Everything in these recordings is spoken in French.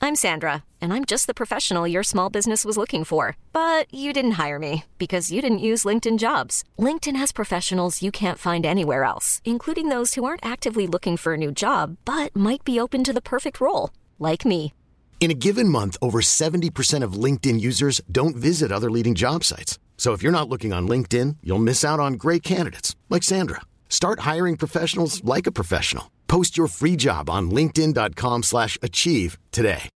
I'm Sandra, and I'm just the professional your small business was looking for. But you didn't hire me because you didn't use LinkedIn Jobs. LinkedIn has professionals you can't find anywhere else, including those who aren't actively looking for a new job, but might be open to the perfect role, like me. In a given month, over 70% of LinkedIn users don't visit other leading job sites. So if you're not looking on LinkedIn, you'll miss out on great candidates like Sandra. Start hiring professionals like a professional. Post your free job on linkedin.com/achieve today.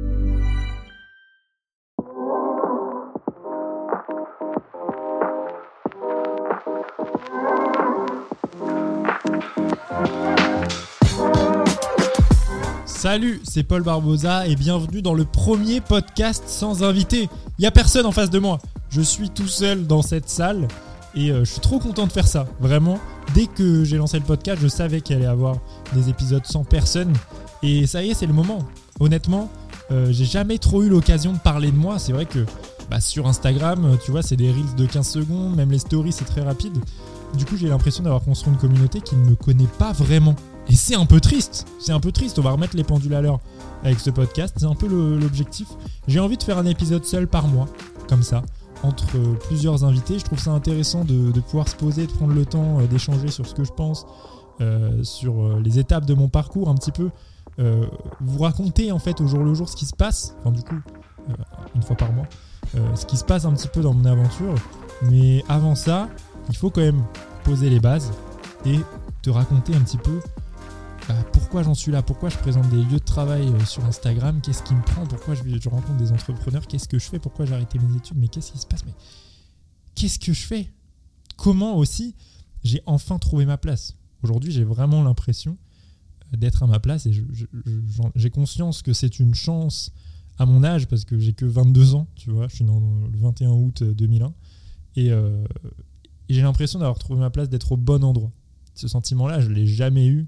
Salut, c'est Paul Barbosa et bienvenue dans le premier podcast sans invité. Il n'y a personne en face de moi. Je suis tout seul dans cette salle et je suis trop content de faire ça. Vraiment, dès que j'ai lancé le podcast, je savais qu'il allait y avoir des épisodes sans personne. Et ça y est, c'est le moment. Honnêtement, j'ai jamais trop eu l'occasion de parler de moi. C'est vrai que sur Instagram, tu vois, c'est des reels de 15 secondes. Même les stories, c'est très rapide. Du coup, j'ai l'impression d'avoir construit une communauté qui ne me connaît pas vraiment. Et c'est un peu triste, on va remettre les pendules à l'heure avec ce podcast, c'est un peu l'objectif. J'ai envie de faire un épisode seul par mois, comme ça, entre plusieurs invités. Je trouve ça intéressant de pouvoir se poser, de prendre le temps d'échanger sur ce que je pense, sur les étapes de mon parcours un petit peu, vous raconter en fait au jour le jour ce qui se passe, enfin du coup, une fois par mois, ce qui se passe un petit peu dans mon aventure. Mais avant ça, il faut quand même poser les bases et te raconter un petit peu pourquoi j'en suis là, pourquoi je présente des lieux de travail sur Instagram, qu'est-ce qui me prend, pourquoi je rencontre des entrepreneurs, qu'est-ce que je fais, pourquoi j'ai arrêté mes études, mais qu'est-ce qui se passe, mais qu'est-ce que je fais, comment aussi j'ai enfin trouvé ma place. Aujourd'hui, j'ai vraiment l'impression d'être à ma place et j'ai conscience que c'est une chance à mon âge parce que j'ai que 22 ans, tu vois, je suis né le 21 août 2001 et j'ai l'impression d'avoir trouvé ma place, d'être au bon endroit. Ce sentiment-là, je ne l'ai jamais eu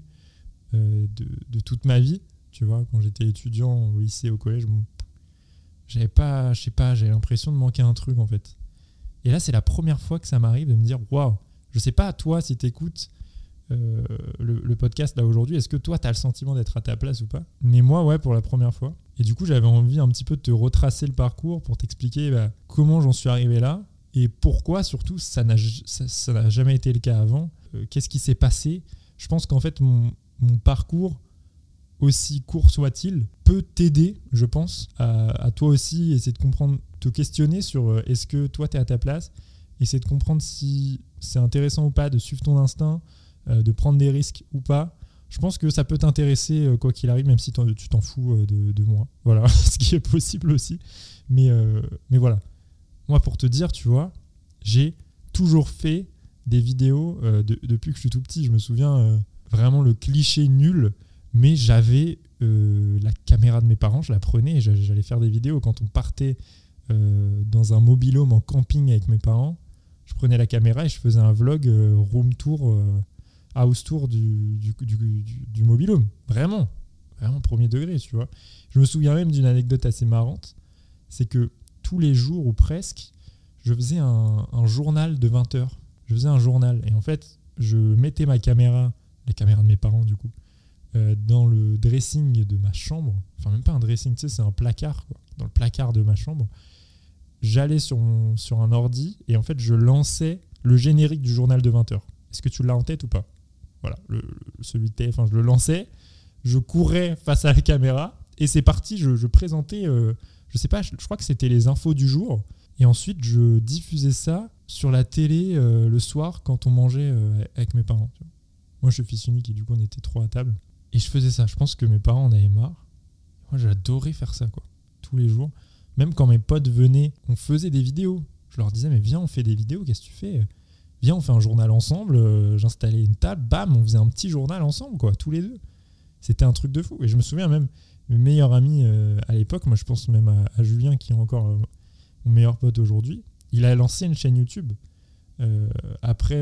de toute ma vie. Tu vois, quand j'étais étudiant au lycée, au collège, j'avais pas, je sais pas, j'avais l'impression de manquer un truc en fait. Et là, c'est la première fois que ça m'arrive de me dire waouh, je sais pas, toi, si t'écoutes le podcast là aujourd'hui, est-ce que toi, t'as le sentiment d'être à ta place ou pas ? Mais moi, ouais, pour la première fois. Et du coup, j'avais envie un petit peu de te retracer le parcours pour t'expliquer comment j'en suis arrivé là et pourquoi surtout ça n'a jamais été le cas avant. Qu'est-ce qui s'est passé ? Je pense qu'en fait, mon parcours, aussi court soit-il, peut t'aider, je pense, à toi aussi essayer de comprendre, te questionner sur est-ce que toi, tu es à ta place, essayer de comprendre si c'est intéressant ou pas de suivre ton instinct, de prendre des risques ou pas. Je pense que ça peut t'intéresser quoi qu'il arrive, même si tu t'en fous de moi. Voilà, ce qui est possible aussi. Mais voilà. Moi, pour te dire, tu vois, j'ai toujours fait des vidéos depuis que je suis tout petit. Je me souviens vraiment le cliché nul, mais j'avais la caméra de mes parents, je la prenais et j'allais faire des vidéos. Quand on partait dans un mobil-home en camping avec mes parents, je prenais la caméra et je faisais un vlog room tour, house tour du mobil-home. Vraiment premier degré, tu vois. Je me souviens même d'une anecdote assez marrante, c'est que tous les jours ou presque, je faisais un journal de 20 heures. Je faisais un journal et en fait, je mettais ma caméra, la caméra de mes parents du coup, dans le dressing de ma chambre. Enfin, même pas un dressing, tu sais, c'est un placard, quoi. Dans le placard de ma chambre. J'allais sur un ordi et en fait, je lançais le générique du journal de 20 heures. Est-ce que tu l'as en tête ou pas ? Voilà, celui de TF1, je le lançais, je courais face à la caméra et c'est parti, je présentais, je sais pas, je crois que c'était les infos du jour. Et ensuite, je diffusais ça sur la télé le soir quand on mangeait avec mes parents. Tu vois. Moi, je suis fils unique et du coup, on était 3 à table. Et je faisais ça. Je pense que mes parents en avaient marre. Moi, j'adorais faire ça, quoi. Tous les jours. Même quand mes potes venaient, on faisait des vidéos. Je leur disais, mais viens, on fait des vidéos, qu'est-ce que tu fais ? Viens, on fait un journal ensemble. J'installais une table, bam, on faisait un petit journal ensemble, quoi, tous les deux. C'était un truc de fou. Et je me souviens même, mes meilleurs amis à l'époque, moi, je pense même à Julien, qui est encore mon meilleur pote aujourd'hui, il a lancé une chaîne YouTube. Après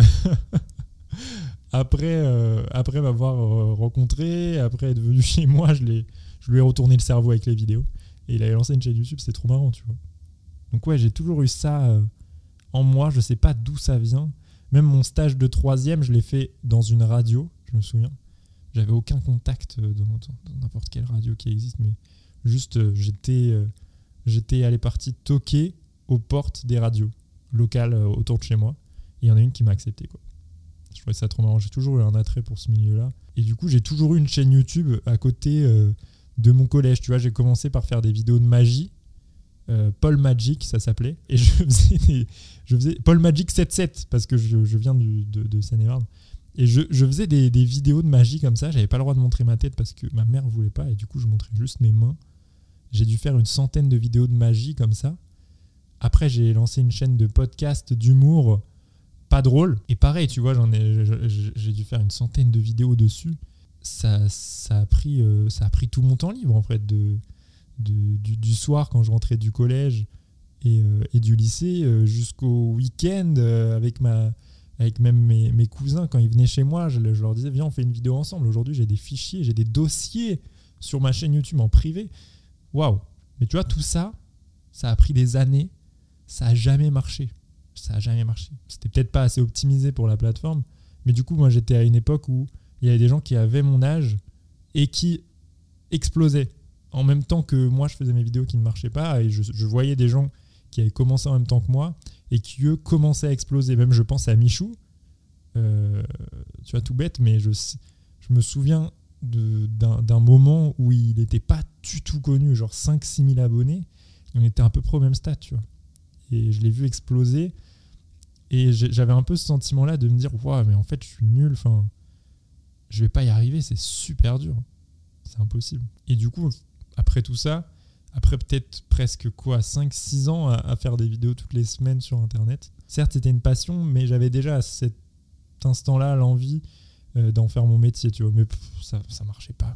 m'avoir rencontré, après être venu chez moi, je lui ai retourné le cerveau avec les vidéos. Et il avait lancé une chaîne YouTube, c'était trop marrant, tu vois. Donc ouais, j'ai toujours eu ça en moi, je sais pas d'où ça vient. Même mon stage de 3e, je l'ai fait dans une radio, je me souviens. J'avais aucun contact dans n'importe quelle radio qui existe, mais Juste, j'étais allé parti toquer aux portes des radios locales autour de chez moi. Et il y en a une qui m'a accepté, quoi. Je trouvais ça trop marrant. J'ai toujours eu un attrait pour ce milieu-là. Et du coup, j'ai toujours eu une chaîne YouTube à côté de mon collège. Tu vois, j'ai commencé par faire des vidéos de magie. Paul Magic, ça s'appelait. Et je faisais Paul Magic 77 parce que je viens de Seine-et-Marne. Et je faisais des vidéos de magie comme ça. J'avais pas le droit de montrer ma tête parce que ma mère voulait pas. Et du coup, je montrais juste mes mains. J'ai dû faire une centaine de vidéos de magie comme ça. Après, j'ai lancé une chaîne de podcast d'humour pas drôle. Et pareil, tu vois, j'ai dû faire une centaine de vidéos dessus. Ça a pris tout mon temps libre, en fait, du soir quand je rentrais du collège et du lycée jusqu'au week-end avec même mes cousins. Quand ils venaient chez moi, je leur disais, viens, on fait une vidéo ensemble. Aujourd'hui, j'ai des fichiers, j'ai des dossiers sur ma chaîne YouTube en privé. Waouh! Mais tu vois, tout ça, ça a pris des années. Ça n'a jamais marché. C'était peut-être pas assez optimisé pour la plateforme. Mais du coup, moi, j'étais à une époque où il y avait des gens qui avaient mon âge et qui explosaient. En même temps que moi, je faisais mes vidéos qui ne marchaient pas. Et je voyais des gens qui avaient commencé en même temps que moi et qui, eux, commençaient à exploser. Même, je pense à Michou. Tu vois, tout bête, mais je me souviens d'un moment où il n'était pas du tout connu, genre 5-6 000 abonnés. On était à peu près au même stade, tu vois. Et je l'ai vu exploser. Et j'avais un peu ce sentiment-là de me dire, ouais, mais en fait, je suis nul. Enfin, je vais pas y arriver, c'est super dur. C'est impossible. Et du coup, après tout ça, après peut-être presque 5-6 ans à faire des vidéos toutes les semaines sur Internet. Certes, c'était une passion, mais j'avais déjà à cet instant-là l'envie d'en faire mon métier, tu vois. Mais ça marchait pas.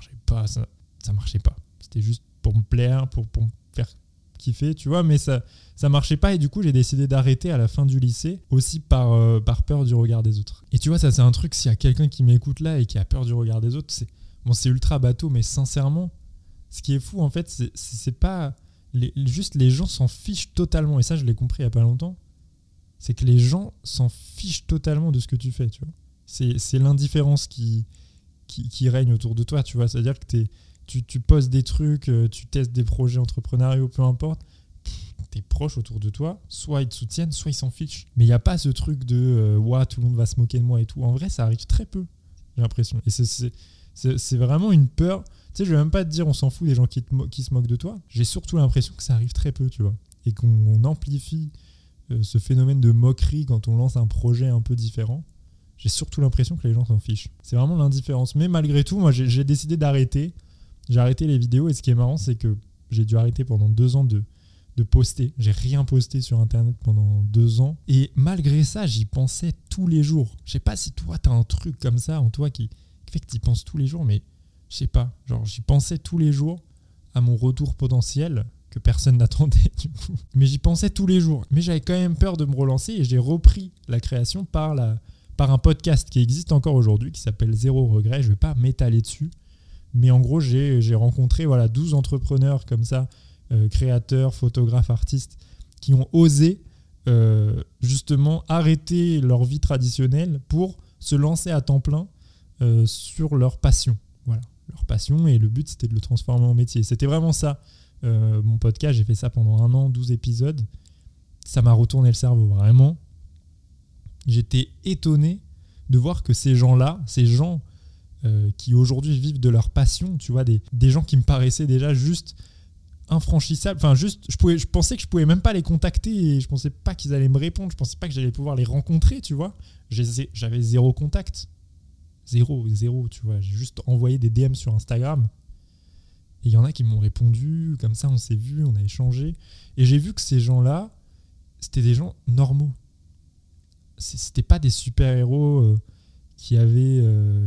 Ça marchait pas. C'était juste pour me plaire, pour me faire kiffer, tu vois, mais ça marchait pas. Et du coup, j'ai décidé d'arrêter à la fin du lycée, aussi par peur du regard des autres. Et tu vois, ça, c'est un truc, s'il y a quelqu'un qui m'écoute là et qui a peur du regard des autres, c'est ultra bateau, mais sincèrement, ce qui est fou, en fait, c'est pas... juste les gens s'en fichent totalement. Et ça, je l'ai compris il y a pas longtemps. C'est que les gens s'en fichent totalement de ce que tu fais, tu vois. C'est l'indifférence qui règne autour de toi, tu vois. C'est-à-dire que tu postes des trucs, tu testes des projets entrepreneuriaux, peu importe. Tes proches autour de toi, soit ils te soutiennent, soit ils s'en fichent. Mais il n'y a pas ce truc de « tout le monde va se moquer de moi » et tout. En vrai, ça arrive très peu, j'ai l'impression. Et c'est vraiment une peur. Tu sais, je vais même pas te dire on s'en fout des gens qui se moquent de toi. J'ai surtout l'impression que ça arrive très peu, tu vois. Et qu'on amplifie ce phénomène de moquerie quand on lance un projet un peu différent. J'ai surtout l'impression que les gens s'en fichent. C'est vraiment l'indifférence. Mais malgré tout, moi, j'ai décidé d'arrêter. J'ai arrêté les vidéos. Et ce qui est marrant, c'est que j'ai dû arrêter pendant 2 ans de poster. J'ai rien posté sur Internet pendant 2 ans. Et malgré ça, j'y pensais tous les jours. Je sais pas si toi, t'as un truc comme ça en toi qui fait que t'y penses tous les jours, mais je sais pas. Genre, j'y pensais tous les jours à mon retour potentiel que personne n'attendait du coup. Mais j'y pensais tous les jours. Mais j'avais quand même peur de me relancer et j'ai repris la création par un podcast qui existe encore aujourd'hui, qui s'appelle Zéro Regret. Je vais pas m'étaler dessus. Mais en gros, j'ai rencontré 12 entrepreneurs comme ça, créateurs, photographes, artistes, qui ont osé justement arrêter leur vie traditionnelle pour se lancer à temps plein sur leur passion. Voilà, leur passion, et le but, c'était de le transformer en métier. C'était vraiment ça. Mon podcast, j'ai fait ça pendant 1 an, 12 épisodes. Ça m'a retourné le cerveau, vraiment. J'étais étonné de voir que ces gens qui aujourd'hui vivent de leur passion, tu vois, des gens qui me paraissaient déjà juste infranchissables. Enfin, juste, je pensais que je pouvais même pas les contacter et je pensais pas qu'ils allaient me répondre. Je pensais pas que j'allais pouvoir les rencontrer, tu vois. J'avais 0 contact. Zéro, tu vois. J'ai juste envoyé des DM sur Instagram. Et il y en a qui m'ont répondu, comme ça on s'est vu, on a échangé. Et j'ai vu que ces gens-là, c'était des gens normaux. C'était pas des super-héros qui avaient,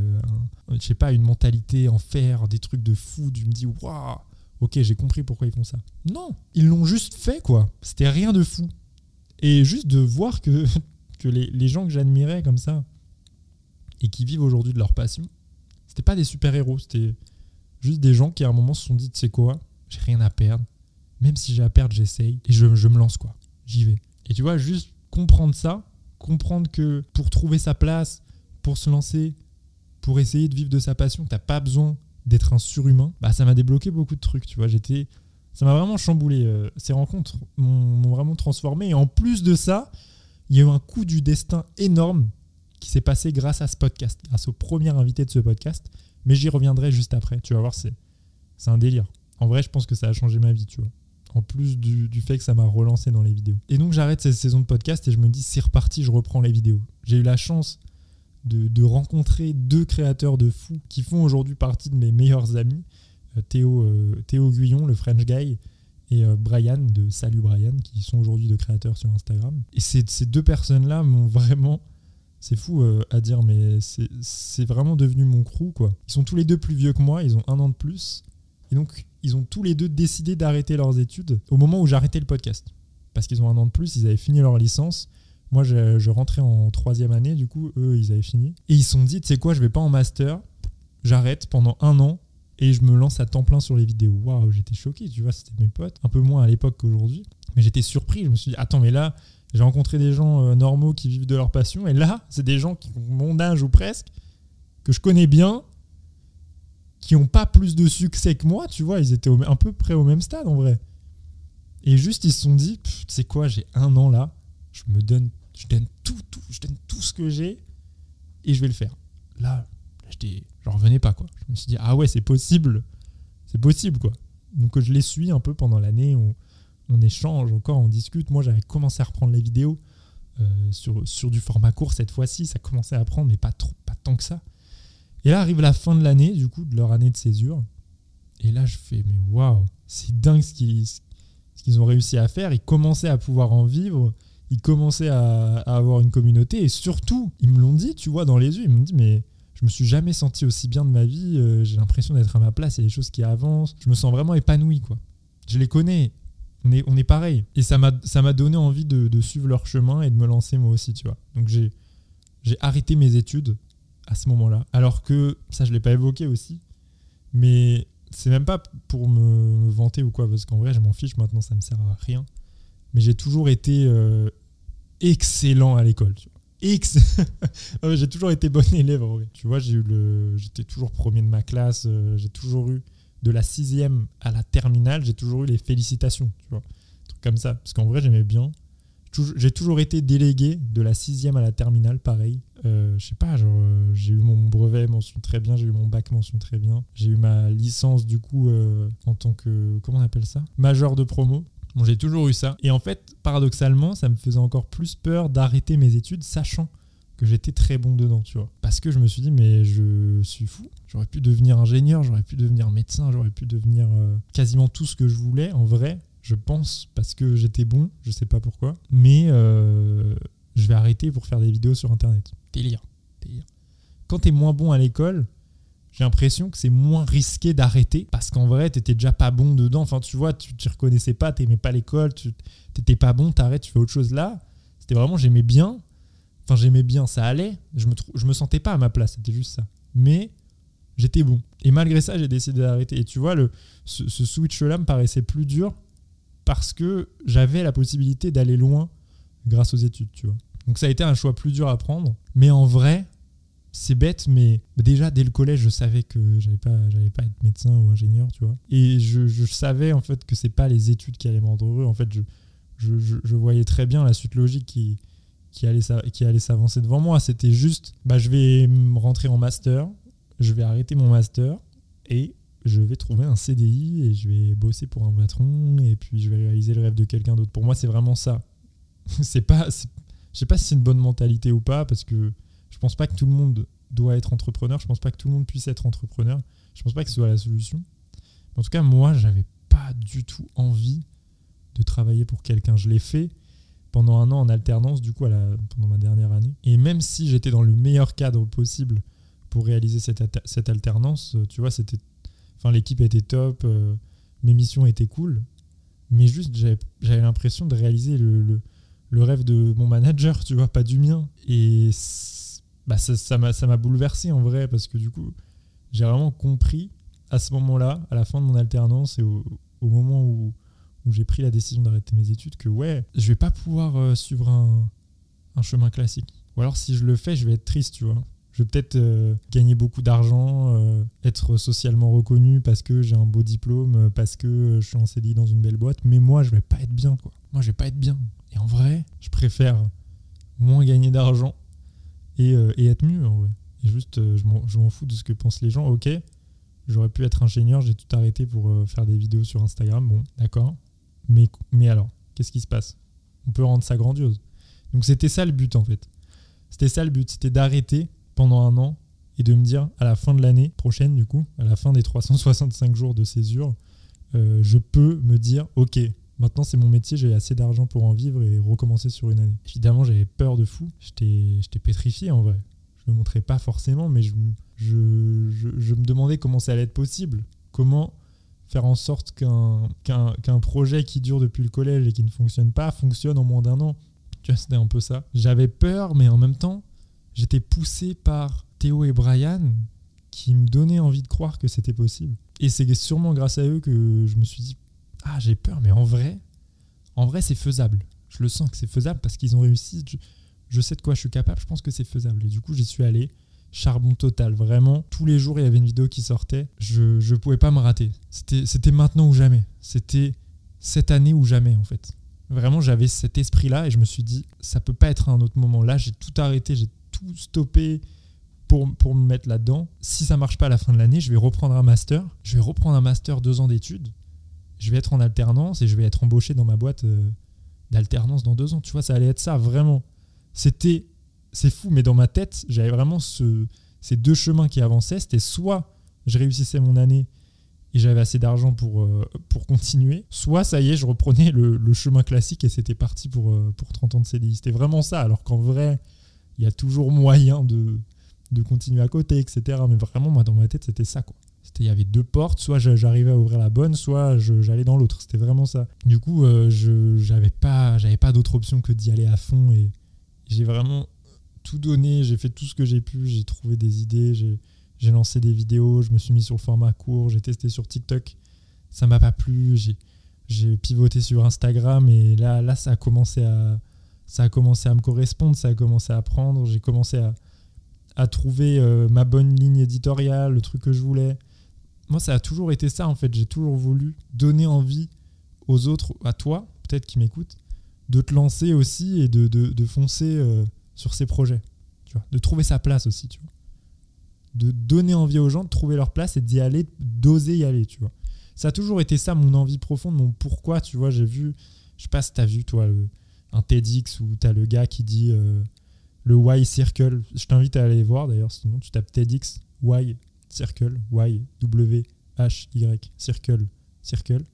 une mentalité en fer, des trucs de fou. Tu me dis, waouh, ok, j'ai compris pourquoi ils font ça. Non, ils l'ont juste fait, quoi. C'était rien de fou. Et juste de voir que les gens que j'admirais comme ça, et qui vivent aujourd'hui de leur passion, c'était pas des super-héros, c'était juste des gens qui à un moment se sont dit, tu sais quoi, j'ai rien à perdre, même si j'ai à perdre, j'essaye, et je me lance, quoi, j'y vais. Et tu vois, juste comprendre ça, comprendre que pour trouver sa place, pour se lancer, pour essayer de vivre de sa passion, t'as pas besoin d'être un surhumain, ça m'a débloqué beaucoup de trucs, tu vois. Ça m'a vraiment chamboulé. Ces rencontres m'ont vraiment transformé. Et en plus de ça, il y a eu un coup du destin énorme qui s'est passé grâce à ce podcast, grâce au premier invité de ce podcast. Mais j'y reviendrai juste après. Tu vas voir, c'est un délire. En vrai, je pense que ça a changé ma vie, tu vois. En plus du fait que ça m'a relancé dans les vidéos. Et donc, j'arrête cette saison de podcast et je me dis, c'est reparti, je reprends les vidéos. J'ai eu la chance de rencontrer 2 créateurs de fou qui font aujourd'hui partie de mes meilleurs amis. Théo Guyon, le French guy, et Brian de Salut Brian, qui sont aujourd'hui 2 créateurs sur Instagram. Et ces 2 personnes-là m'ont vraiment... C'est fou à dire, mais c'est vraiment devenu mon crew, quoi. Ils sont tous les 2 plus vieux que moi, ils ont 1 an de plus. Et donc, ils ont tous les 2 décidé d'arrêter leurs études au moment où j'arrêtais le podcast. Parce qu'ils ont 1 an de plus, ils avaient fini leur licence. Moi, je rentrais en 3e année, du coup, eux, ils avaient fini. Et ils se sont dit, tu sais quoi, je vais pas en master, j'arrête pendant 1 an et je me lance à temps plein sur les vidéos. Waouh, j'étais choqué, tu vois, c'était mes potes. Un peu moins à l'époque qu'aujourd'hui. Mais j'étais surpris, je me suis dit, attends, mais là, j'ai rencontré des gens normaux qui vivent de leur passion. Et là, c'est des gens qui ont mon âge ou presque, que je connais bien, qui n'ont pas plus de succès que moi, tu vois, ils étaient un peu près au même stade en vrai. Et juste, ils se sont dit, tu sais quoi, j'ai 1 an là, je donne tout ce que j'ai et je vais le faire. Là j'en revenais pas, quoi. Je me suis dit, ah ouais, c'est possible quoi. Donc je les suis un peu pendant l'année, on échange encore, on discute. Moi, j'avais commencé à reprendre les vidéos sur du format court cette fois-ci, ça commençait à prendre, mais pas tant que ça. Et là arrive la fin de l'année, du coup, de leur année de césure. Et là, je fais, mais waouh, c'est dingue ce qu'ils ont réussi à faire. Ils commençaient à pouvoir en vivre. Ils commençaient à avoir une communauté. Et surtout, ils me l'ont dit, tu vois, dans les yeux. Ils m'ont dit, mais je me suis jamais senti aussi bien de ma vie. J'ai l'impression d'être à ma place. Il y a des choses qui avancent. Je me sens vraiment épanoui, quoi. Je les connais. On est pareil. Et ça m'a donné envie de suivre leur chemin et de me lancer moi aussi, tu vois. Donc j'ai arrêté mes études à ce moment-là. Alors que, ça je l'ai pas évoqué aussi, mais c'est même pas pour me vanter ou quoi, parce qu'en vrai je m'en fiche maintenant, ça me sert à rien. Mais j'ai toujours été excellent à l'école, tu vois. J'ai toujours été bon élève en vrai. Tu vois, j'étais toujours premier de ma classe, j'ai toujours eu de la 6e à la terminale, j'ai toujours eu les félicitations, tu vois. Un truc comme ça, parce qu'en vrai j'aimais bien. J'ai toujours été délégué de la 6e à la terminale, pareil. Je sais pas, j'ai eu mon brevet mention très bien, j'ai eu mon bac mention très bien. J'ai eu ma licence du coup en tant que, comment on appelle ça ? Major de promo. Bon, j'ai toujours eu ça. Et en fait, paradoxalement, ça me faisait encore plus peur d'arrêter mes études, sachant que j'étais très bon dedans, tu vois. Parce que je me suis dit, mais je suis fou. J'aurais pu devenir ingénieur, j'aurais pu devenir médecin, j'aurais pu devenir quasiment tout ce que je voulais, en vrai. Je pense, parce que j'étais bon, je sais pas pourquoi. Mais je vais arrêter pour faire des vidéos sur Internet. Délire. Quand t'es moins bon à l'école, j'ai l'impression que c'est moins risqué d'arrêter. Parce qu'en vrai, t'étais déjà pas bon dedans. Enfin, tu vois, tu t'y reconnaissais pas, t'aimais pas l'école, t'étais pas bon, t'arrêtes, tu fais autre chose. Là, c'était vraiment, j'aimais bien, ça allait. Je me sentais pas à ma place, c'était juste ça. Mais j'étais bon. Et malgré ça, j'ai décidé d'arrêter. Et tu vois, ce switch-là me paraissait plus dur parce que j'avais la possibilité d'aller loin grâce aux études, tu vois. Donc ça a été un choix plus dur à prendre. Mais en vrai, c'est bête, mais déjà dès le collège, je savais que j'allais pas être médecin ou ingénieur, tu vois. Et je savais en fait que c'est pas les études qui allaient me rendre heureux. En fait, je voyais très bien la suite logique qui allait s'avancer devant moi. C'était juste, je vais rentrer en master, je vais arrêter mon master et je vais trouver un CDI et je vais bosser pour un patron et puis je vais réaliser le rêve de quelqu'un d'autre. Pour moi, c'est vraiment ça. Je sais pas si c'est une bonne mentalité ou pas, parce que je pense pas que tout le monde doit être entrepreneur. Je pense pas que tout le monde puisse être entrepreneur. Je pense pas que ce soit la solution. En tout cas, moi, j'avais pas du tout envie de travailler pour quelqu'un. Je l'ai fait pendant 1 an en alternance, du coup, pendant ma dernière année. Et même si j'étais dans le meilleur cadre possible pour réaliser cette alternance, tu vois, l'équipe était top, mes missions étaient cool, mais juste j'avais l'impression de réaliser le rêve de mon manager, tu vois, pas du mien. Et ça m'a bouleversé en vrai, parce que du coup, j'ai vraiment compris à ce moment-là, à la fin de mon alternance et au moment où j'ai pris la décision d'arrêter mes études, que ouais, je vais pas pouvoir suivre un chemin classique. Ou alors si je le fais, je vais être triste, tu vois. Je vais peut-être gagner beaucoup d'argent, être socialement reconnu parce que j'ai un beau diplôme, parce que je suis en CDI dans une belle boîte. Mais moi, je vais pas être bien, quoi. Moi, je vais pas être bien. Et en vrai, je préfère moins gagner d'argent et être mieux, en vrai. Et juste, je m'en fous de ce que pensent les gens. Ok, j'aurais pu être ingénieur, j'ai tout arrêté pour faire des vidéos sur Instagram. Bon, d'accord. Mais alors, qu'est-ce qui se passe ? On peut rendre ça grandiose. Donc c'était ça le but, en fait. C'était ça le but, c'était d'arrêter pendant un an et de me dire à la fin de l'année prochaine, du coup, à la fin des 365 jours de césure, je peux me dire, ok, maintenant c'est mon métier, j'ai assez d'argent pour en vivre et recommencer sur une année. Évidemment, j'avais peur de fou, j'étais pétrifié en vrai. Je ne le montrais pas forcément, mais je me demandais comment ça allait être possible. Comment faire en sorte qu'un projet qui dure depuis le collège et qui ne fonctionne pas fonctionne en moins d'un an. Tu vois, c'était un peu ça. J'avais peur, mais en même temps, j'étais poussé par Théo et Brian qui me donnaient envie de croire que c'était possible. Et c'est sûrement grâce à eux que je me suis dit « Ah, j'ai peur, mais en vrai, c'est faisable. » Je le sens que c'est faisable parce qu'ils ont réussi. Je sais de quoi je suis capable, je pense que c'est faisable. Et du coup, j'y suis allé. Charbon total, vraiment. Tous les jours, il y avait une vidéo qui sortait. Je ne pouvais pas me rater. C'était maintenant ou jamais. C'était cette année ou jamais, en fait. Vraiment, j'avais cet esprit-là et je me suis dit, ça peut pas être à un autre moment. Là, j'ai tout arrêté, j'ai tout stoppé pour me mettre là-dedans. Si ça marche pas à la fin de l'année, je vais reprendre un master. Je vais reprendre un master 2 ans d'études. Je vais être en alternance et je vais être embauché dans ma boîte d'alternance dans 2 ans. Tu vois, ça allait être ça, vraiment. C'est fou, mais dans ma tête, j'avais vraiment ces 2 chemins qui avançaient. C'était soit je réussissais mon année et j'avais assez d'argent pour continuer, soit ça y est, je reprenais le chemin classique et c'était parti pour 30 ans de CDI. C'était vraiment ça, alors qu'en vrai, il y a toujours moyen de continuer à côté, etc. Mais vraiment, moi, dans ma tête, c'était ça, quoi. Il y avait 2 portes, soit j'arrivais à ouvrir la bonne, soit j'allais dans l'autre. C'était vraiment ça. Du coup, j'avais pas d'autre option que d'y aller à fond et j'ai vraiment tout donné, j'ai fait tout ce que j'ai pu, j'ai trouvé des idées, j'ai lancé des vidéos, je me suis mis sur le format court, j'ai testé sur TikTok, ça m'a pas plu, j'ai pivoté sur Instagram et là ça a commencé à me correspondre, ça a commencé à prendre, j'ai commencé à trouver ma bonne ligne éditoriale, le truc que je voulais. Moi, ça a toujours été ça, en fait, j'ai toujours voulu donner envie aux autres, à toi, peut-être qui m'écoutes, de te lancer aussi et de foncer sur ces projets, tu vois, de trouver sa place aussi, tu vois, de donner envie aux gens de trouver leur place et d'y aller, d'oser y aller, tu vois. Ça a toujours été ça, mon envie profonde, mon pourquoi, tu vois. J'ai vu, je sais pas si t'as vu, toi, un TEDx où t'as le gars qui dit le Why Circle. Je t'invite à aller voir, d'ailleurs, sinon tu tapes TEDx, Why Circle, Y, W, H, Y, Circle.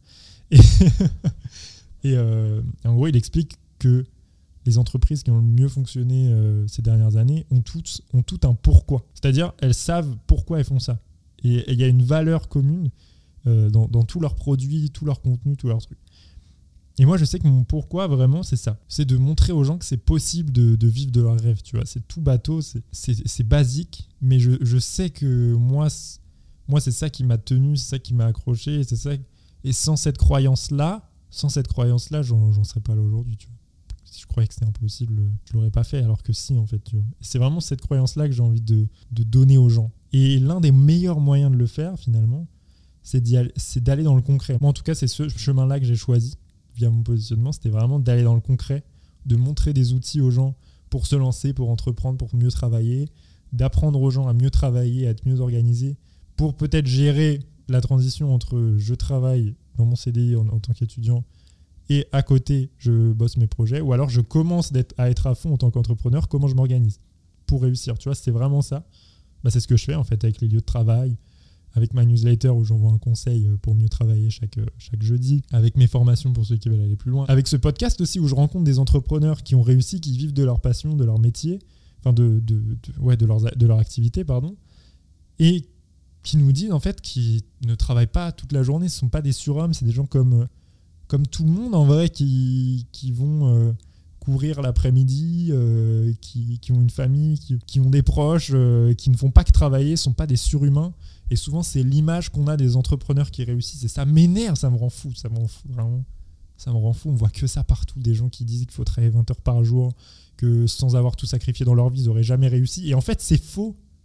Et en gros, il explique que les entreprises qui ont le mieux fonctionné ces dernières années ont toutes un pourquoi. C'est-à-dire, elles savent pourquoi elles font ça. Et il y a une valeur commune dans tous leurs produits, tous leurs contenus, tous leurs trucs. Et moi, je sais que mon pourquoi, vraiment, c'est ça. C'est de montrer aux gens que c'est possible de vivre de leurs rêves, tu vois. C'est tout bateau, c'est basique, mais je sais que moi, c'est ça qui m'a tenu, c'est ça qui m'a accroché, c'est ça. Et sans cette croyance-là, j'en serais pas là aujourd'hui, tu vois. Si je croyais que c'était impossible, je l'aurais pas fait, alors que si, en fait, tu vois. Et c'est vraiment cette croyance-là que j'ai envie de donner aux gens. Et l'un des meilleurs moyens de le faire, finalement, c'est d'aller dans le concret. Moi, en tout cas, c'est ce chemin-là que j'ai choisi via mon positionnement. C'était vraiment d'aller dans le concret, de montrer des outils aux gens pour se lancer, pour entreprendre, pour mieux travailler, d'apprendre aux gens à mieux travailler, à être mieux organisés, pour peut-être gérer la transition entre je travaille dans mon CDI en tant qu'étudiant et à côté, je bosse mes projets, ou alors je commence à être à fond en tant qu'entrepreneur, comment je m'organise pour réussir. Tu vois, c'est vraiment ça. C'est ce que je fais en fait avec les lieux de travail, avec ma newsletter où j'envoie un conseil pour mieux travailler chaque jeudi, avec mes formations pour ceux qui veulent aller plus loin, avec ce podcast aussi où je rencontre des entrepreneurs qui ont réussi, qui vivent de leur passion, de leur métier, enfin de leur activité, pardon, et qui nous disent en fait qu'ils ne travaillent pas toute la journée, ce ne sont pas des surhommes, c'est des gens comme tout le monde en vrai qui vont courir l'après-midi, qui ont une famille, qui ont des proches, qui ne font pas que travailler, ne sont pas des surhumains. Et souvent, c'est l'image qu'on a des entrepreneurs qui réussissent. Et ça m'énerve, ça me rend fou, vraiment. Ça me rend fou, on voit que ça partout. Des gens qui disent qu'il faut travailler 20 heures par jour, que sans avoir tout sacrifié dans leur vie, ils n'auraient jamais réussi. Et en fait, c'est faux.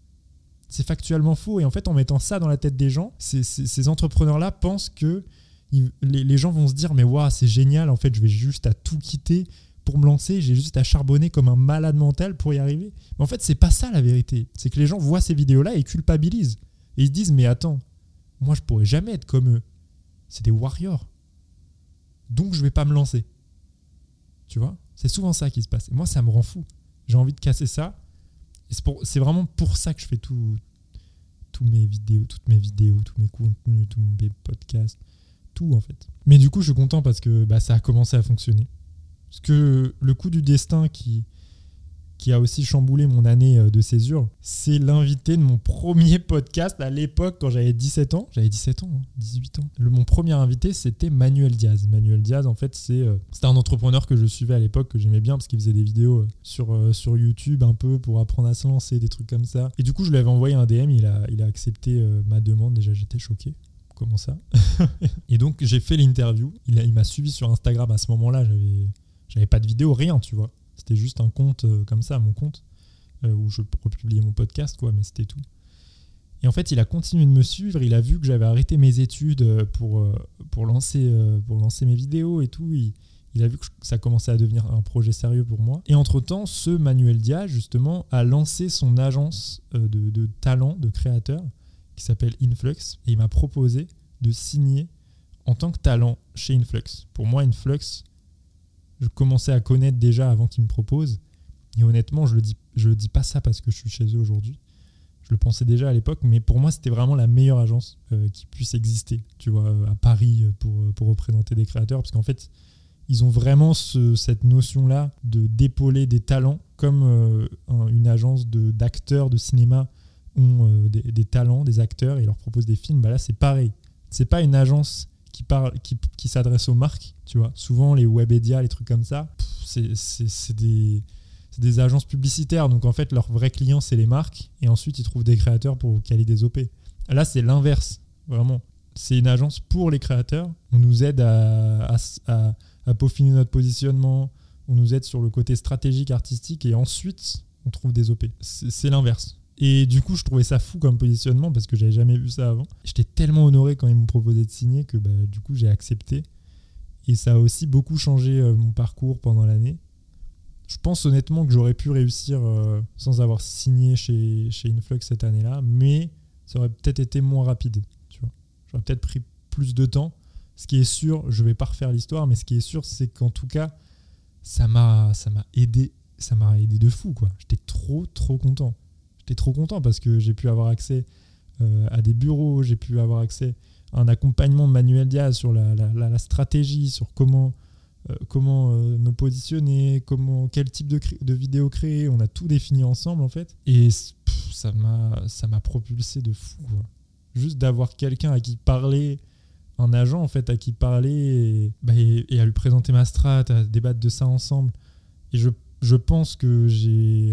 C'est factuellement faux. Et en fait, en mettant ça dans la tête des gens, ces entrepreneurs-là pensent que les gens vont se dire « Mais waouh, c'est génial, en fait, je vais juste à tout quitter pour me lancer, j'ai juste à charbonner comme un malade mental pour y arriver. » Mais en fait, c'est pas ça la vérité. C'est que les gens voient ces vidéos-là et culpabilisent. Et ils se disent « Mais attends, moi, je pourrais jamais être comme eux. C'est des warriors. Donc, je vais pas me lancer. » Tu vois ? C'est souvent ça qui se passe. Et moi, ça me rend fou. J'ai envie de casser ça. Et c'est vraiment pour ça que je fais toutes mes vidéos, tous mes contenus, tous mes podcasts, tout en fait. Mais du coup, je suis content parce que ça a commencé à fonctionner. Parce que le coup du destin qui a aussi chamboulé mon année de césure, c'est l'invité de mon premier podcast à l'époque quand j'avais 17 ans. J'avais 17 ans, 18 ans. Mon premier invité, c'était Manuel Diaz. Manuel Diaz, en fait, c'était un entrepreneur que je suivais à l'époque, que j'aimais bien parce qu'il faisait des vidéos sur YouTube un peu pour apprendre à se lancer, des trucs comme ça. Et du coup, je lui avais envoyé un DM, il a accepté ma demande. Déjà, j'étais choqué. Comment ça ? Et donc, j'ai fait l'interview. Il m'a suivi sur Instagram à ce moment-là. J'avais pas de vidéo, rien, tu vois. C'était juste un compte comme ça, mon compte, où je republiais mon podcast, quoi, mais c'était tout. Et en fait, il a continué de me suivre, il a vu que j'avais arrêté mes études pour lancer mes vidéos et tout. Il a vu que ça commençait à devenir un projet sérieux pour moi. Et entre-temps, ce Manuel Diaz, justement, a lancé son agence de talent, de créateurs, qui s'appelle Influx, et il m'a proposé de signer en tant que talent chez Influx. Pour moi, Influx, je commençais à connaître déjà avant qu'ils me proposent. Et honnêtement, je le dis pas ça parce que je suis chez eux aujourd'hui. Je le pensais déjà à l'époque, mais pour moi, c'était vraiment la meilleure agence qui puisse exister, tu vois, à Paris pour représenter des créateurs. Parce qu'en fait, ils ont vraiment cette notion-là d'épauler des talents comme une agence d'acteurs de cinéma ont des talents, des acteurs, et ils leur proposent des films. Là, c'est pareil. C'est pas une agence qui s'adresse aux marques, tu vois. Souvent, les Webedia, les trucs comme ça, c'est des agences publicitaires. Donc, en fait, leur vrai client, c'est les marques. Et ensuite, ils trouvent des créateurs pour caler des OP. Là, c'est l'inverse, vraiment. C'est une agence pour les créateurs. On nous aide à peaufiner notre positionnement. On nous aide sur le côté stratégique, artistique. Et ensuite, on trouve des OP. C'est l'inverse. Et du coup, je trouvais ça fou comme positionnement parce que j'avais jamais vu ça avant. J'étais tellement honoré quand ils m'ont proposé de signer que du coup, j'ai accepté. Et ça a aussi beaucoup changé mon parcours pendant l'année. Je pense honnêtement que j'aurais pu réussir sans avoir signé chez Influx cette année-là, mais ça aurait peut-être été moins rapide. Tu vois. J'aurais peut-être pris plus de temps. Ce qui est sûr, je ne vais pas refaire l'histoire, mais ce qui est sûr, c'est qu'en tout cas, ça m'a aidé. Ça m'a aidé de fou, quoi. J'étais trop content. J'étais trop content parce que j'ai pu avoir accès à des bureaux, j'ai pu avoir accès à un accompagnement de Manuel Diaz sur la stratégie, sur comment me positionner, quel type de vidéo créer. On a tout défini ensemble en fait. Et ça m'a propulsé de fou, quoi. Juste d'avoir quelqu'un à qui parler, un agent en fait à qui parler et à lui présenter ma strat, à débattre de ça ensemble. Et je pense que j'ai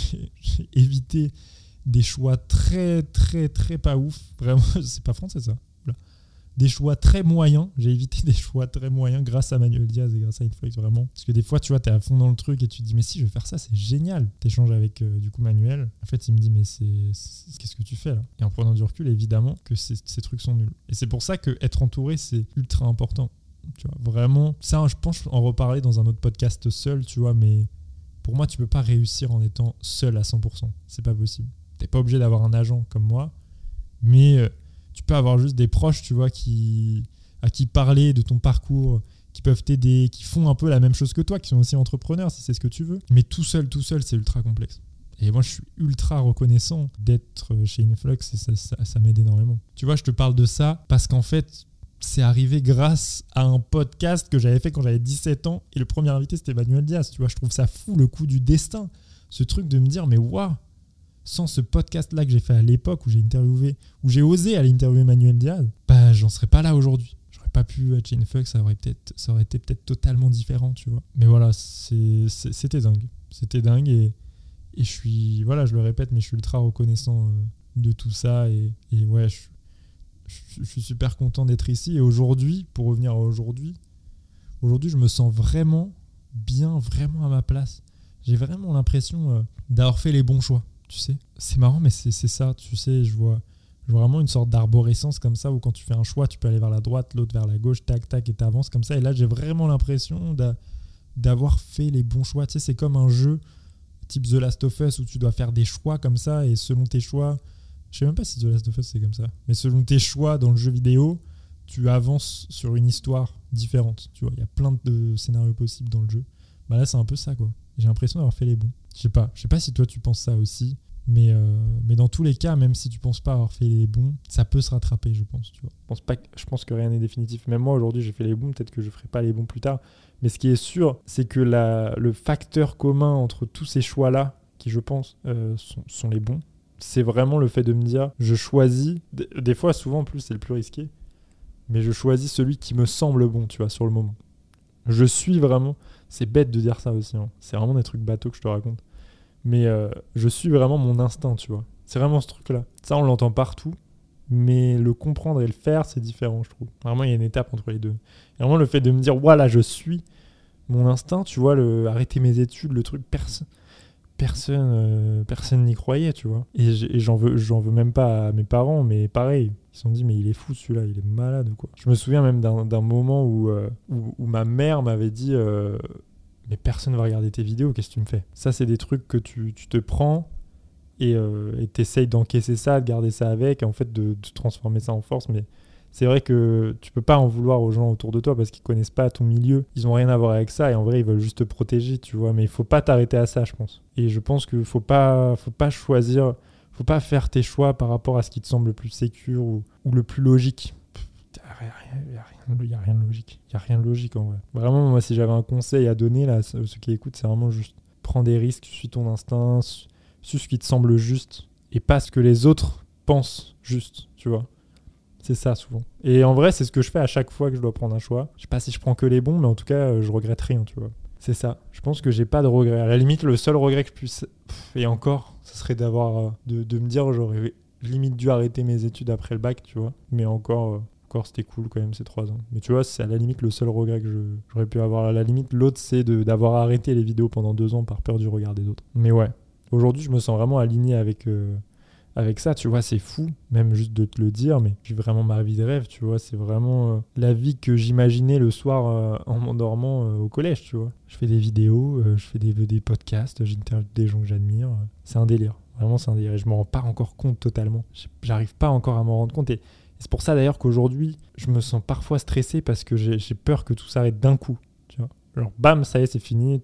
évité des choix très pas ouf. Vraiment, c'est pas français ça. Des choix très moyens. J'ai évité des choix très moyens grâce à Manuel Diaz et grâce à Influx, vraiment. Parce que des fois, tu vois, t'es à fond dans le truc et tu te dis, mais si, je vais faire ça, c'est génial. T'échanges avec, du coup, Manuel. En fait, il me dit, mais qu'est-ce que tu fais là ? Et en prenant du recul, évidemment, que ces trucs sont nuls. Et c'est pour ça qu'être entouré, c'est ultra important. Tu vois, vraiment. Ça, je pense en reparler dans un autre podcast seul, tu vois, mais pour moi, tu peux pas réussir en étant seul à 100%. C'est pas possible. T'es pas obligé d'avoir un agent comme moi, mais tu peux avoir juste des proches, tu vois, à qui parler de ton parcours, qui peuvent t'aider, qui font un peu la même chose que toi, qui sont aussi entrepreneurs, si c'est ce que tu veux. Mais tout seul, c'est ultra complexe. Et moi, je suis ultra reconnaissant d'être chez Influx et ça m'aide énormément. Tu vois, je te parle de ça parce qu'en fait, c'est arrivé grâce à un podcast que j'avais fait quand j'avais 17 ans et le premier invité, c'était Manuel Diaz. Tu vois, je trouve ça fou, le coup du destin. Ce truc de me dire, mais waouh, sans ce podcast-là que j'ai fait à l'époque où j'ai osé aller interviewer Manuel Diaz, j'en serais pas là aujourd'hui. J'aurais pas pu être chez Influx, ça aurait été peut-être totalement différent, tu vois. Mais voilà, c'était dingue. C'était dingue et je suis, voilà, je le répète, mais je suis ultra reconnaissant de tout ça et ouais, je suis super content d'être ici. Et aujourd'hui, pour revenir à aujourd'hui, je me sens vraiment bien, vraiment à ma place. J'ai vraiment l'impression d'avoir fait les bons choix. tu sais. C'est marrant, mais c'est ça, tu sais, je vois vraiment une sorte d'arborescence comme ça, où quand tu fais un choix, tu peux aller vers la droite, l'autre vers la gauche, tac, tac, et t'avances comme ça. Et là, j'ai vraiment l'impression d'avoir fait les bons choix. Tu sais, c'est comme un jeu type The Last of Us où tu dois faire des choix comme ça, et selon tes choix, je sais même pas si The Last of Us c'est comme ça, mais selon tes choix dans le jeu vidéo, tu avances sur une histoire différente. Tu vois, il y a plein de scénarios possibles dans le jeu. Bah là, c'est un peu ça, quoi. J'ai l'impression d'avoir fait les bons. Je sais pas si toi tu penses ça aussi, mais dans tous les cas, même si tu penses pas avoir fait les bons, ça peut se rattraper, je pense. Tu vois. Je pense que rien n'est définitif. Même moi, aujourd'hui, j'ai fait les bons. Peut-être que je ferai pas les bons plus tard. Mais ce qui est sûr, c'est que le facteur commun entre tous ces choix-là, qui je pense sont les bons, c'est vraiment le fait de me dire, je choisis, des fois, souvent en plus, c'est le plus risqué, mais je choisis celui qui me semble bon, tu vois, sur le moment. Je suis vraiment, c'est bête de dire ça aussi, hein. C'est vraiment des trucs bateaux que je te raconte. Mais je suis vraiment mon instinct, tu vois. C'est vraiment ce truc-là. Ça, on l'entend partout, mais le comprendre et le faire, c'est différent, je trouve. Vraiment, il y a une étape entre les deux. Et vraiment, le fait de me dire, voilà, je suis mon instinct, tu vois, arrêter mes études, le truc, personne n'y croyait, tu vois. Et j'en veux même pas à mes parents, mais pareil, ils se sont dit, mais il est fou celui-là, il est malade ou quoi. Je me souviens même d'un moment où ma mère m'avait dit, mais personne va regarder tes vidéos, qu'est-ce que tu me fais ? Ça, c'est des trucs que tu te prends et t'essayes d'encaisser ça, de garder ça avec, et en fait de transformer ça en force, mais c'est vrai que tu peux pas en vouloir aux gens autour de toi parce qu'ils connaissent pas ton milieu, ils ont rien à voir avec ça, et en vrai ils veulent juste te protéger, tu vois, mais il faut pas t'arrêter à ça, je pense. Et je pense qu'il faut pas choisir, faut pas faire tes choix par rapport à ce qui te semble le plus sécure ou le plus logique. Il y a rien de logique. Il y a rien de logique en vrai. Vraiment, moi si j'avais un conseil à donner là, ceux qui écoutent, c'est vraiment juste prends des risques, suis ton instinct, suis ce qui te semble juste et pas ce que les autres pensent juste, tu vois. C'est ça souvent. Et en vrai, c'est ce que je fais à chaque fois que je dois prendre un choix. Je sais pas si je prends que les bons, mais en tout cas, je regrette rien, tu vois. C'est ça. Je pense que j'ai pas de regrets. À la limite, le seul regret que je puisse... Et encore, ce serait d'avoir... de me dire, j'aurais limite dû arrêter mes études après le bac, tu vois. Mais encore c'était cool quand même, ces 3 ans. Mais tu vois, c'est à la limite le seul regret que j'aurais pu avoir. À la limite, l'autre, c'est d'avoir arrêté les vidéos pendant 2 ans par peur du regard des autres. Mais ouais, aujourd'hui, je me sens vraiment aligné avec ça, tu vois, c'est fou, même juste de te le dire, mais j'ai vraiment ma vie de rêve, tu vois, c'est vraiment la vie que j'imaginais le soir en m'endormant au collège, tu vois. Je fais des vidéos, je fais des podcasts, j'interviewe des gens que j'admire, c'est un délire, vraiment c'est un délire, et je m'en rends pas encore compte totalement, j'arrive pas encore à m'en rendre compte, et c'est pour ça d'ailleurs qu'aujourd'hui, je me sens parfois stressé parce que j'ai peur que tout s'arrête d'un coup, tu vois. Genre bam, ça y est, c'est fini,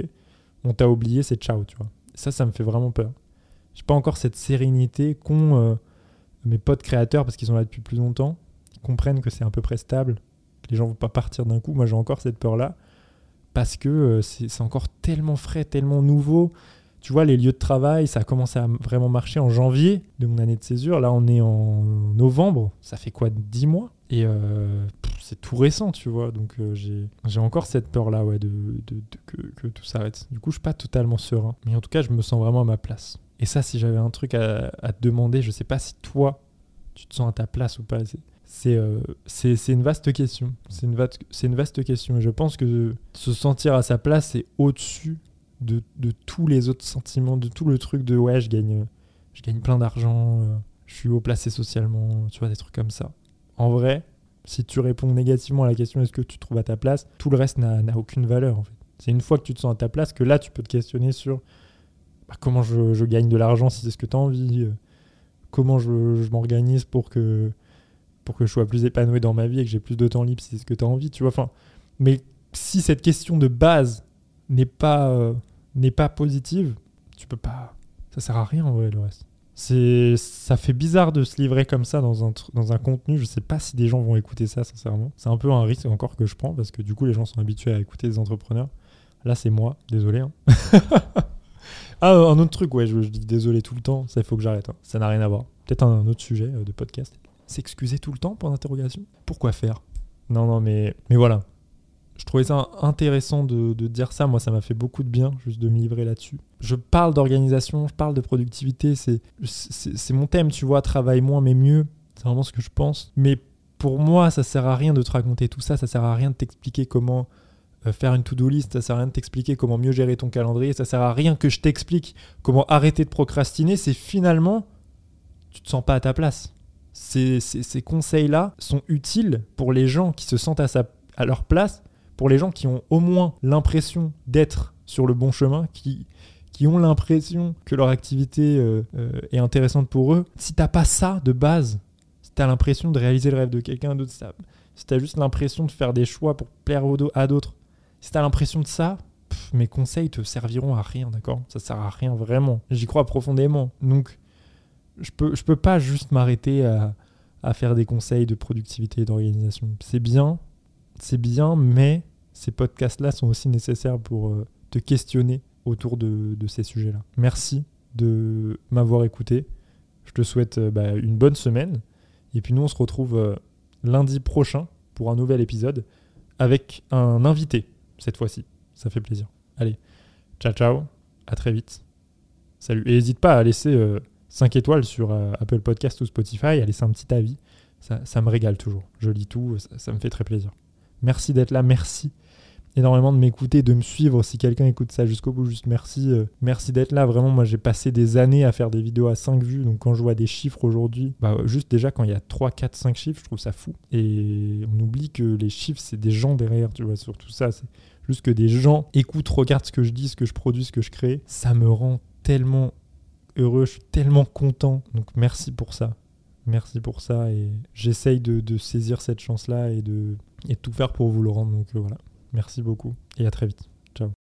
on t'a oublié, c'est ciao, tu vois. Ça me fait vraiment peur. J'ai pas encore cette sérénité qu'ont mes potes créateurs parce qu'ils sont là depuis plus longtemps. Ils comprennent que c'est à peu près stable, que les gens vont pas partir d'un coup. Moi, j'ai encore cette peur-là parce que c'est encore tellement frais, tellement nouveau. Tu vois, les lieux de travail, ça a commencé à vraiment marcher en janvier de mon année de césure. Là, on est en novembre. Ça fait quoi, 10 mois ? Et c'est tout récent, tu vois. Donc, j'ai encore cette peur-là, ouais, que tout s'arrête. Du coup, je suis pas totalement serein. Mais en tout cas, je me sens vraiment à ma place. Et ça, si j'avais un truc à te demander, je sais pas si toi, tu te sens à ta place ou pas. C'est une vaste question. C'est une vaste question. Et je pense que se sentir à sa place, c'est au-dessus de tous les autres sentiments, de tout le truc de ouais, je gagne plein d'argent, je suis haut placé socialement, tu vois, des trucs comme ça. En vrai, si tu réponds négativement à la question est-ce que tu te trouves à ta place, tout le reste n'a aucune valeur en fait. C'est une fois que tu te sens à ta place que là, tu peux te questionner sur comment je gagne de l'argent si c'est ce que tu as envie, comment je m'organise pour que je sois plus épanoui dans ma vie et que j'ai plus de temps libre si c'est ce que tu as envie, tu vois. Enfin, mais si cette question de base n'est pas positive, tu peux pas, ça sert à rien en vrai le reste. Ça fait bizarre de se livrer comme ça dans un contenu. Je sais pas si des gens vont écouter ça sincèrement. C'est un peu un risque encore que je prends parce que du coup les gens sont habitués à écouter des entrepreneurs. Là c'est moi, désolé. Hein. Ah, un autre truc, ouais, je dis désolé tout le temps, ça il faut que j'arrête. Hein. Ça n'a rien à voir. Peut-être un autre sujet de podcast. S'excuser tout le temps pour l'interrogation ? Pourquoi faire ? Non, mais voilà. Je trouvais ça intéressant de dire ça. Moi, ça m'a fait beaucoup de bien juste de me livrer là-dessus. Je parle d'organisation, je parle de productivité. C'est mon thème, tu vois. Travaille moins mais mieux. C'est vraiment ce que je pense. Mais pour moi, ça sert à rien de te raconter tout ça. Ça sert à rien de t'expliquer comment faire une to-do list, ça sert à rien de t'expliquer comment mieux gérer ton calendrier, ça sert à rien que je t'explique comment arrêter de procrastiner, c'est finalement, tu te sens pas à ta place. Ces conseils-là sont utiles pour les gens qui se sentent à leur place, pour les gens qui ont au moins l'impression d'être sur le bon chemin, qui ont l'impression que leur activité est intéressante pour eux. Si t'as pas ça de base, si t'as l'impression de réaliser le rêve de quelqu'un d'autre, si t'as juste l'impression de faire des choix pour plaire à d'autres, si t'as l'impression de ça, mes conseils te serviront à rien, d'accord ? Ça sert à rien vraiment. J'y crois profondément. Donc, je peux pas juste m'arrêter à faire des conseils de productivité et d'organisation. C'est bien, mais ces podcasts-là sont aussi nécessaires pour te questionner autour de ces sujets-là. Merci de m'avoir écouté. Je te souhaite une bonne semaine. Et puis nous, on se retrouve lundi prochain pour un nouvel épisode avec un invité cette fois-ci. Ça fait plaisir. Allez, ciao, à très vite. Salut. Et n'hésite pas à laisser 5 étoiles sur Apple Podcast ou Spotify, à laisser un petit avis. Ça me régale toujours. Je lis tout, ça me fait très plaisir. Merci d'être là, merci énormément de m'écouter, de me suivre. Si quelqu'un écoute ça jusqu'au bout, juste merci. Merci d'être là. Vraiment, moi, j'ai passé des années à faire des vidéos à 5 vues. Donc, quand je vois des chiffres aujourd'hui, juste déjà, quand il y a 3, 4, 5 chiffres, je trouve ça fou. Et on oublie que les chiffres, c'est des gens derrière, tu vois, surtout ça. C'est juste que des gens écoutent, regardent ce que je dis, ce que je produis, ce que je crée. Ça me rend tellement heureux, je suis tellement content. Donc, merci pour ça. Merci pour ça. Et j'essaye de saisir cette chance-là et de tout faire pour vous le rendre. Donc, voilà. Merci beaucoup et à très vite. Ciao.